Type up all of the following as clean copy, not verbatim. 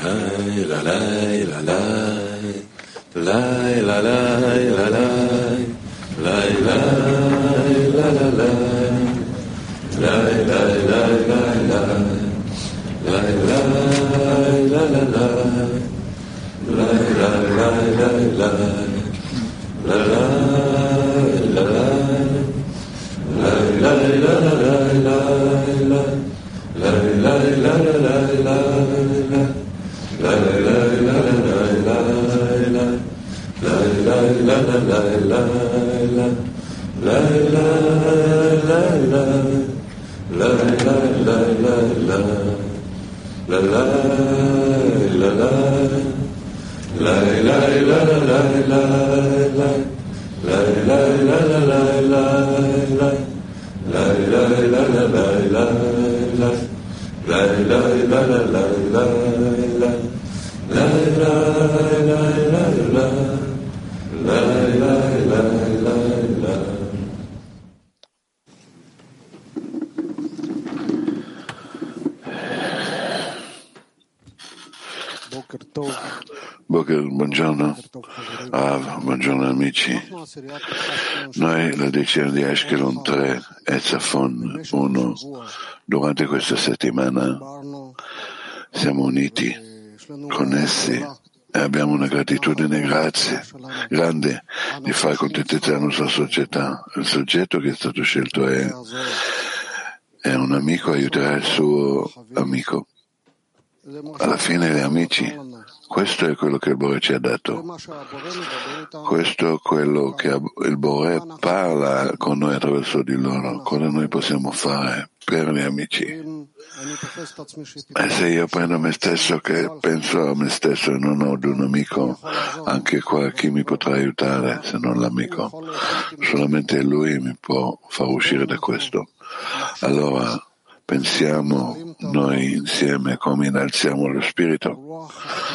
Buongiorno, buongiorno amici. Noi, la decina di Ashkelon 3 e Zafon 1, durante questa settimana siamo uniti, connessi e abbiamo una gratitudine grande di fare contentezza alla nostra società. Il soggetto che è stato scelto è un amico, aiuterà il suo amico. Alla fine gli amici, questo è quello che il Bore ci ha dato, questo è quello che il Bore parla con noi attraverso di loro, cosa noi possiamo fare per gli amici. E se io prendo me stesso, che penso a me stesso e non ho ad un amico, anche chi mi potrà aiutare se non l'amico? Solamente lui mi può far uscire da questo. Allora, pensiamo noi insieme come innalziamo lo spirito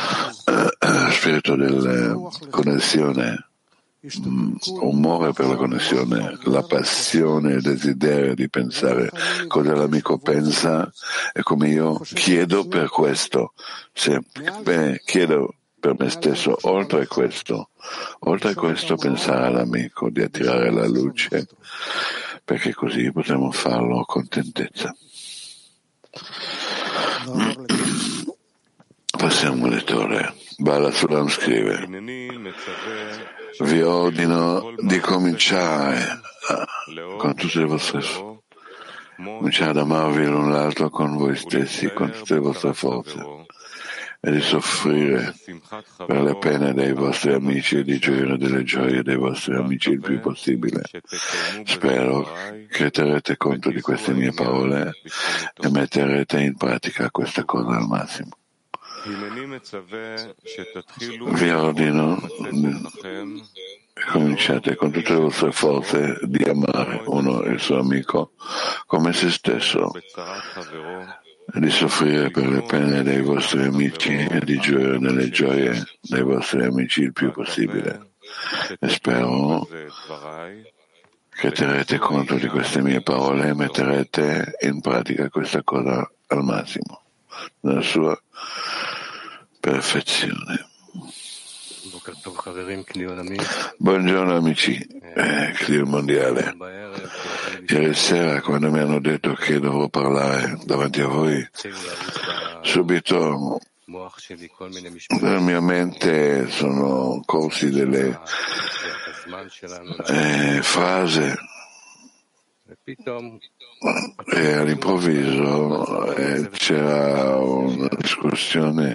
della connessione, amore per la connessione, la passione, il desiderio di pensare cosa l'amico pensa e come io chiedo per questo, chiedo per me stesso, oltre questo pensare all'amico, di attirare la luce, perché così potremo farlo con contentezza. Passiamo al lettore. Bala Sulam scrive: vi ordino di cominciare con tutte le vostre cominciare ad amarvi l'un l'altro con voi stessi, con tutte le vostre forze, e di soffrire per le pene dei vostri amici e di gioire delle gioie dei vostri amici il più possibile. Spero che terrete conto di queste mie parole e metterete in pratica questa cosa al massimo. Vi ordino cominciate con tutte le vostre forze di amare uno il suo amico come se stesso, e di soffrire per le pene dei vostri amici e di gioire nelle gioie dei vostri amici il più possibile. E spero che terrete conto di queste mie parole e metterete in pratica questa cosa al massimo, nella sua perfezione. Buongiorno amici, Clio Mondiale. Ieri sera, quando mi hanno detto che dovevo parlare davanti a voi, subito nella mia mente sono corsi delle frasi e all'improvviso c'era una discussione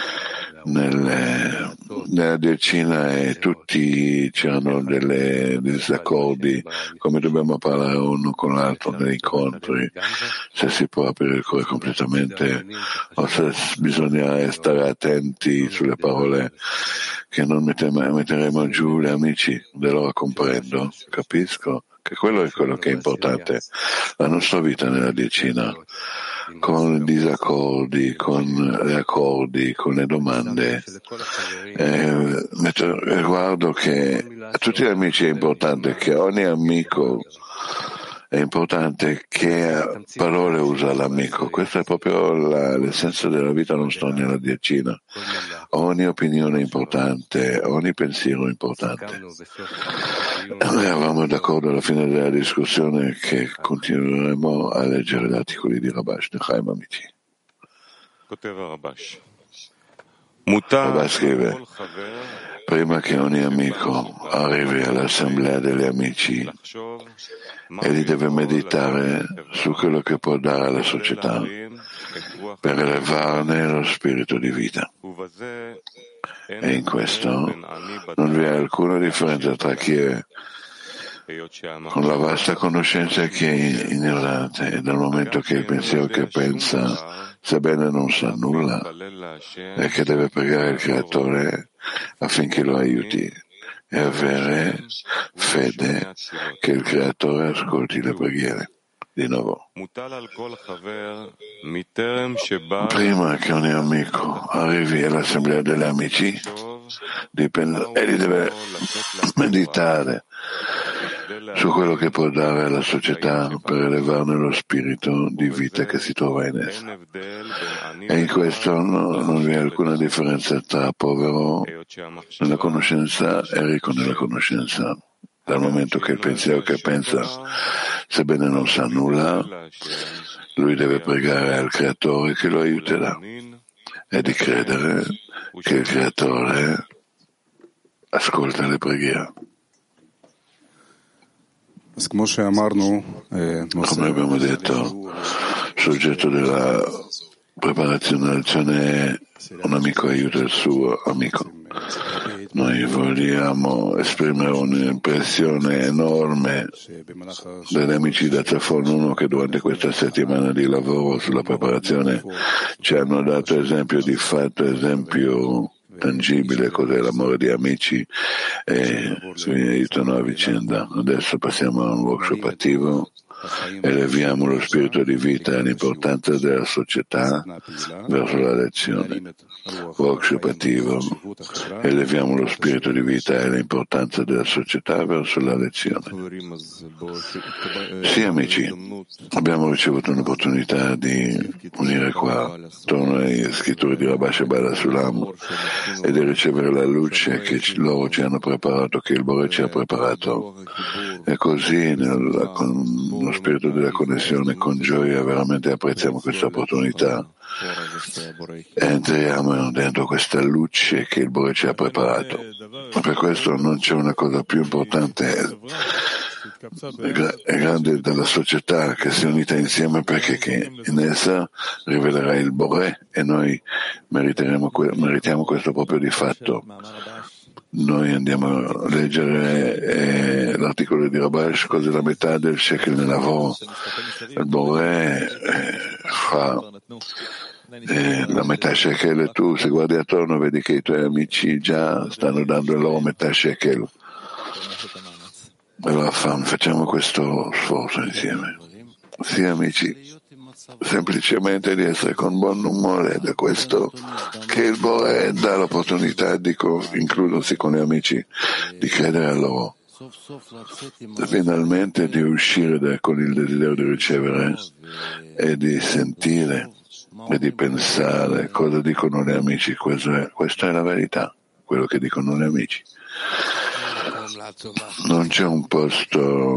nella decina e tutti c'erano dei disaccordi, come dobbiamo parlare uno con l'altro negli incontri, se si può aprire il cuore completamente o se bisogna stare attenti sulle parole che non metteremo giù gli amici. Allora comprendo, capisco che quello è quello che è importante. La nostra vita nella decina, con i disaccordi, con gli accordi, con le domande, guardo che a tutti gli amici è importante che ogni amico È importante che parole usa l'amico. Questa è proprio l'essenza della vita nostra nella decina. Ogni opinione è importante, ogni pensiero è importante. Eravamo d'accordo alla fine della discussione che continueremo a leggere gli articoli di Rabash. Nechaim amici. Rabash scrive: prima che ogni amico arrivi all'assemblea degli amici, egli deve meditare su quello che può dare alla società per elevarne lo spirito di vita. E in questo non vi è alcuna differenza tra chi è con la vasta conoscenza e chi è ignorante, e dal momento che il pensiero che pensa, sebbene non sa nulla, è che deve pregare il Creatore affinché lo aiuti e avere fede che il Creatore ascolti le preghiere. Di nuovo, prima che ogni amico arrivi all'assemblea degli amici, egli deve meditare su quello che può dare alla società per elevarne lo spirito di vita che si trova in essa. E in questo non vi è alcuna differenza tra povero nella conoscenza e ricco nella conoscenza. Dal momento che il pensiero che pensa, sebbene non sa nulla, lui deve pregare al Creatore che lo aiuterà e di credere che il Creatore ascolta le preghiere. Come abbiamo detto, soggetto della preparazione dell'azione è un amico aiuta il suo amico. Noi vogliamo esprimere un'impressione enorme degli amici da Zafon 1 che durante questa settimana di lavoro sulla preparazione ci hanno dato esempio di fatto, esempio tangibile cos'è l'amore di amici e si aiutano a vicenda. Adesso passiamo a un workshop attivo. Eleviamo lo spirito di vita e l'importanza della società verso la lezione. Workshop attivo. Eleviamo lo spirito di vita e l'importanza della società verso la lezione. Sì, amici, abbiamo ricevuto un'opportunità di unire qua attorno alle scritture di Rabash Bala Sulam e di ricevere la luce che loro ci hanno preparato, che il Bore ci ha preparato. E così con lo spirito della connessione, con gioia, veramente apprezziamo questa opportunità e entriamo dentro questa luce che il Bore ci ha preparato. Ma per questo non c'è una cosa più importante e grande della società che si è unita insieme, perché che in essa rivelerà il Bore e noi meritiamo questo proprio di fatto. Noi andiamo a leggere l'articolo di Rabash, cos'è la metà del shekel nel lavoro. Il Bore fa la metà shekel e tu, se guardi attorno, vedi che i tuoi amici già stanno dando la loro metà shekel. Allora facciamo questo sforzo insieme. Sì, amici, semplicemente di essere con buon umore, ed è questo che il Bore dà l'opportunità di includersi con gli amici, di credere a loro, finalmente di uscire con il desiderio di ricevere e di sentire e di pensare cosa dicono gli amici. Questa è la verità, quello che dicono gli amici. Non c'è un posto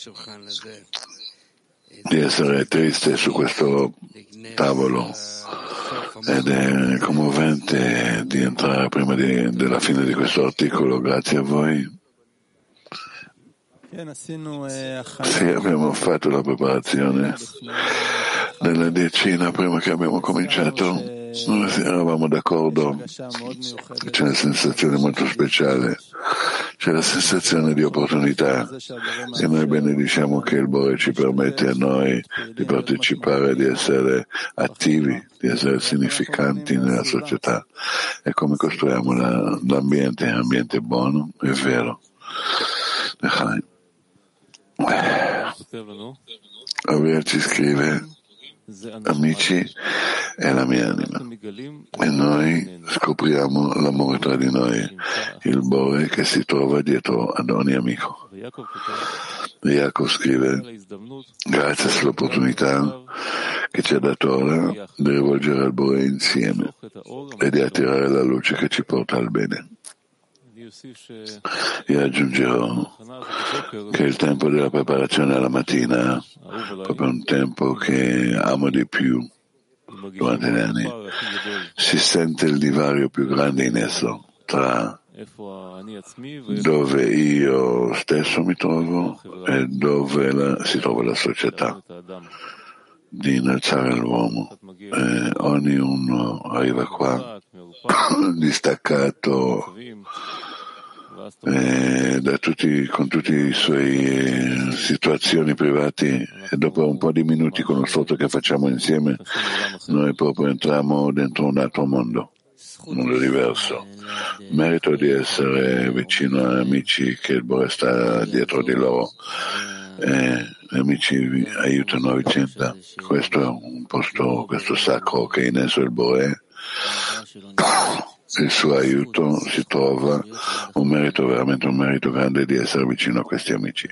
di essere triste su questo tavolo ed è commovente di entrare prima della fine di questo articolo. Grazie a voi. Sì, abbiamo fatto la preparazione della decina prima che abbiamo cominciato. Eravamo d'accordo, c'è una sensazione molto speciale, c'è la sensazione di opportunità e noi benediciamo che il Bore ci permette a noi di partecipare, di essere attivi, di essere significanti nella società. E come costruiamo l'ambiente? Ambiente buono, è vero. Avir ci scrive: amici è la mia anima e noi scopriamo l'amore tra di noi, il Bore che si trova dietro ad ogni amico. Yaakov scrive: grazie sull'opportunità che ci ha dato ora di rivolgere al Bore insieme e di attirare la luce che ci porta al bene. Io aggiungerò che il tempo della preparazione alla mattina è proprio un tempo che amo di più durante gli anni. Si sente il divario più grande in esso tra dove io stesso mi trovo e dove si trova la società, di innalzare l'uomo. Ognuno arriva qua distaccato con tutte le sue situazioni private, e dopo un po' di minuti con lo sforzo che facciamo insieme noi proprio entriamo dentro un altro mondo diverso. Merito di essere vicino a amici che il Bore sta dietro di loro, amici aiutano a vicenda. Questo è un posto, questo sacro che in esso il Bore, il suo aiuto si trova, veramente un merito grande di essere vicino a questi amici.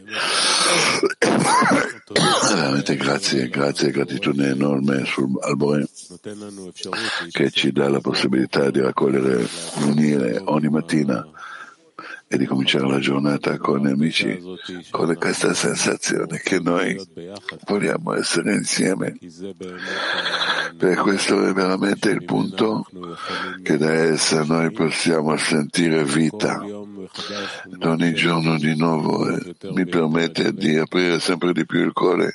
Veramente grazie e gratitudine enorme al Bore che ci dà la possibilità di raccogliere, unire ogni mattina e di cominciare la giornata con gli amici con questa sensazione che noi vogliamo essere insieme. Per questo è veramente il punto che da essa noi possiamo sentire vita ed ogni giorno di nuovo mi permette di aprire sempre di più il cuore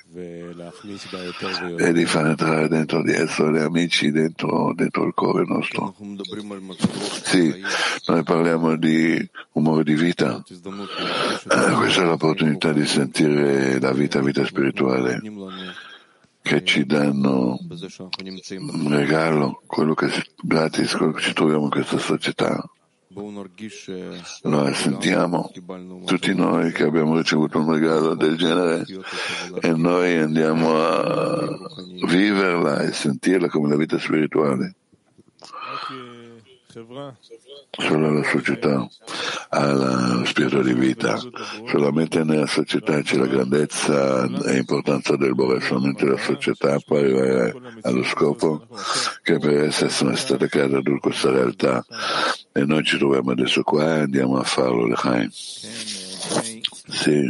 e di far entrare dentro di esso gli amici dentro il cuore nostro. Sì, noi parliamo di umore di vita. Questa è l'opportunità di sentire la vita spirituale che ci danno un regalo, quello che gratis, quello che ci troviamo in questa società. Allora sentiamo tutti noi che abbiamo ricevuto un regalo del genere e noi andiamo a viverla e sentirla come la vita spirituale. Solo la società ha lo spirito di vita, solamente nella società c'è la grandezza e importanza del Bore, solamente la società può arrivare allo scopo che per essa sono state create tutta questa realtà e noi ci troviamo adesso qua e andiamo a farlo l'Echaim. Sì,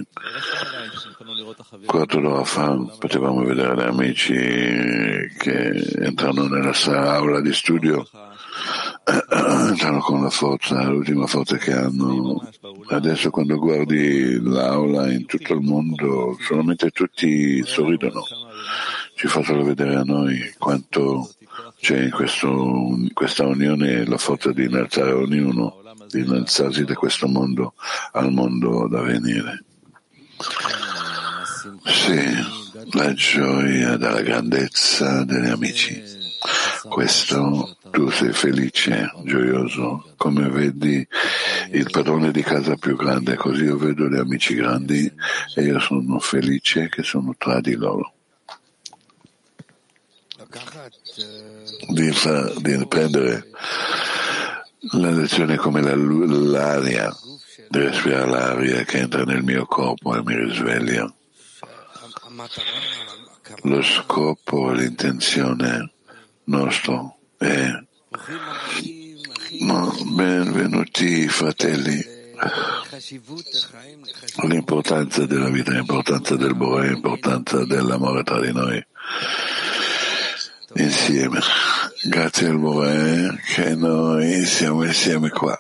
4 ore fa potevamo vedere gli amici che entrano nella aula di studio, entrano con la forza, l'ultima forza che hanno. Adesso quando guardi l'aula in tutto il mondo, solamente tutti sorridono. Ci fa solo vedere a noi quanto c'è in questa unione la forza di innalzare ognuno, di innalzarsi da questo mondo al mondo da venire. Sì, la gioia della grandezza degli amici. Questo tu sei felice, gioioso, come vedi il padrone di casa più grande, così io vedo gli amici grandi e io sono felice che sono tra di loro. Di prendere la lezione come l'aria, di respirare l'aria che entra nel mio corpo e mi risveglia. Lo scopo, l'intenzione nostro è benvenuti fratelli. L'importanza della vita, l'importanza del Bore, l'importanza dell'amore tra di noi insieme. Grazie al Bore che noi siamo insieme qua.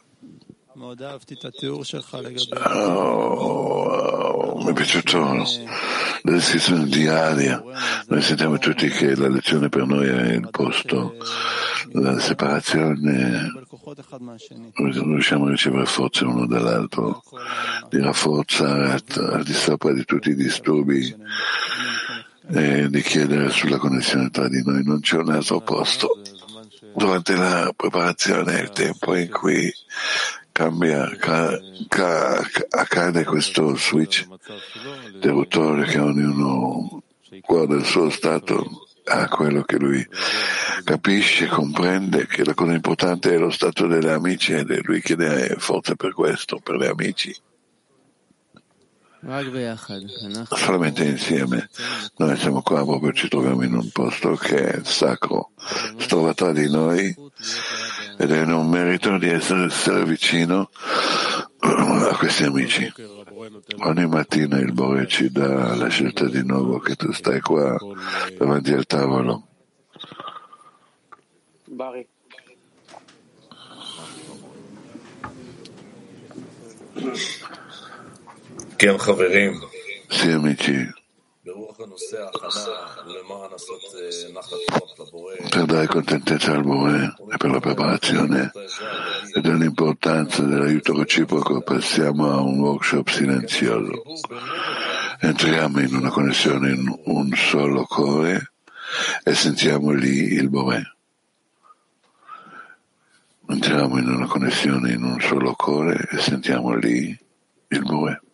Mi è piaciuto la descrizione diaria. Noi sentiamo tutti che la lezione per noi è il posto, la separazione. Riusciamo a ricevere forza uno dall'altro, di rafforzare al di sopra di tutti i disturbi e di chiedere sulla connessione tra di noi. Non c'è un altro posto. Durante la preparazione è il tempo in cui accade questo switch interruttore che ognuno guarda il suo stato a quello che lui capisce, comprende che la cosa importante è lo stato degli amici ed è lui chiede forza per questo, per gli amici. solamente insieme. Noi siamo qua proprio, ci troviamo in un posto che è sacro, si trova tra di noi ed è un merito di essere vicino a questi amici. Ogni mattina il Bore ci dà la scelta di nuovo che tu stai qua davanti al tavolo. Sì, amici, per dare contentezza al Bore e per la preparazione e dell'importanza dell'aiuto reciproco passiamo a un workshop silenzioso. Entriamo in una connessione in un solo cuore e sentiamo lì il Bore. Entriamo in una connessione in un solo cuore e sentiamo lì il Bore.